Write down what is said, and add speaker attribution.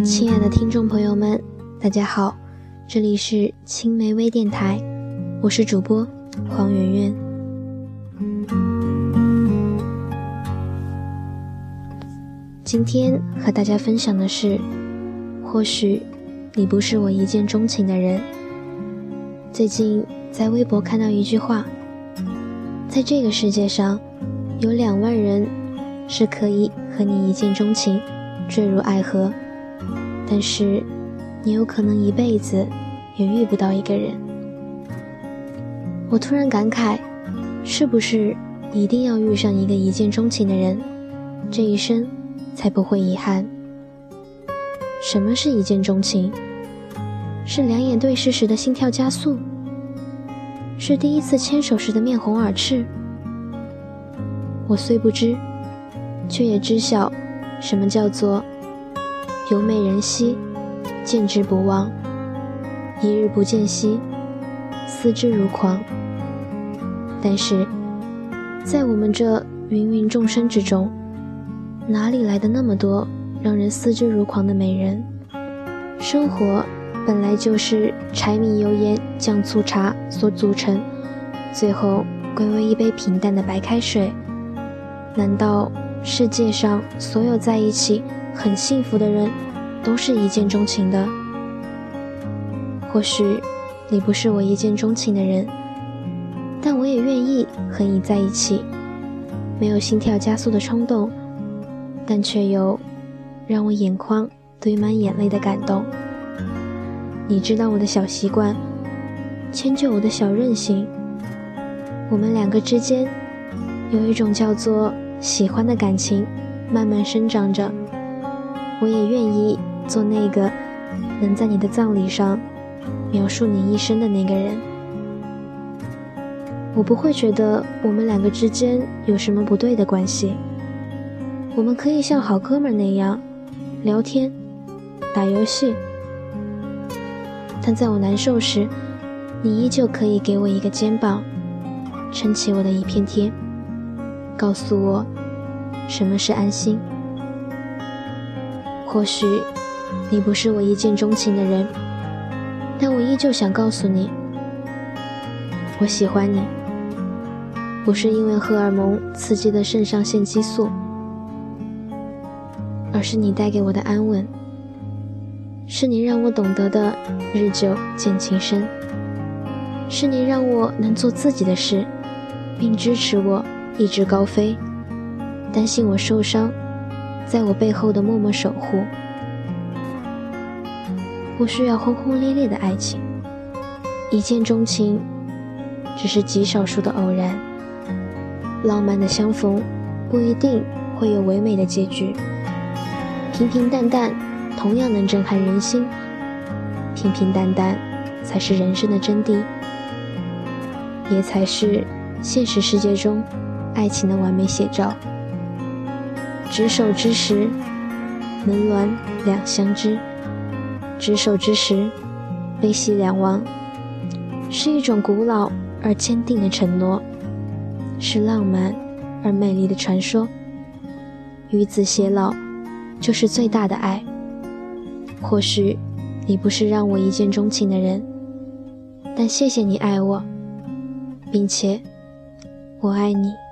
Speaker 1: 亲爱的听众朋友们，大家好，这里是青梅微电台，我是主播黄圆圆。今天和大家分享的是，或许你不是我一见钟情的人。最近在微博看到一句话，在这个世界上有2万人是可以和你一见钟情，坠入爱河，但是你有可能一辈子也遇不到一个人。我突然感慨，是不是一定要遇上一个一见钟情的人，这一生才不会遗憾？什么是一见钟情？是两眼对视时的心跳加速？是第一次牵手时的面红耳赤？我虽不知，却也知晓什么叫做有美人兮，见之不忘，一日不见兮，思之如狂。但是在我们这芸芸众生之中，哪里来的那么多让人思之如狂的美人？生活本来就是柴米油盐酱醋茶所组成，最后归为一杯平淡的白开水。难道世界上所有在一起很幸福的人都是一见钟情的？或许你不是我一见钟情的人，但我也愿意和你在一起，没有心跳加速的冲动，但却有让我眼眶堆满眼泪的感动。你知道我的小习惯，迁就我的小任性，我们2个之间有一种叫做喜欢的感情慢慢生长着。我也愿意做那个能在你的葬礼上描述你一生的那个人。我不会觉得我们2个之间有什么不对的关系，我们可以像好哥们那样聊天打游戏，但在我难受时，你依旧可以给我一个肩膀，撑起我的一片天，告诉我什么是安心。或许你不是我一见钟情的人，但我依旧想告诉你，我喜欢你，不是因为荷尔蒙刺激的肾上腺激素，而是你带给我的安稳，是你让我懂得的日久见情深，是你让我能做自己的事，并支持我一直高飞，担心我受伤，在我背后的默默守护。不需要轰轰烈烈的爱情，一见钟情只是极少数的偶然，浪漫的相逢不一定会有唯美的结局，平平淡淡同样能震撼人心，平平淡淡才是人生的真谛，也才是现实世界中爱情的完美写照。执手之时，门鸾两相知；执手之时，悲喜两忘。是一种古老而坚定的承诺，是浪漫而美丽的传说。与子偕老，就是最大的爱。或许你不是让我一见钟情的人，但谢谢你爱我，并且我爱你。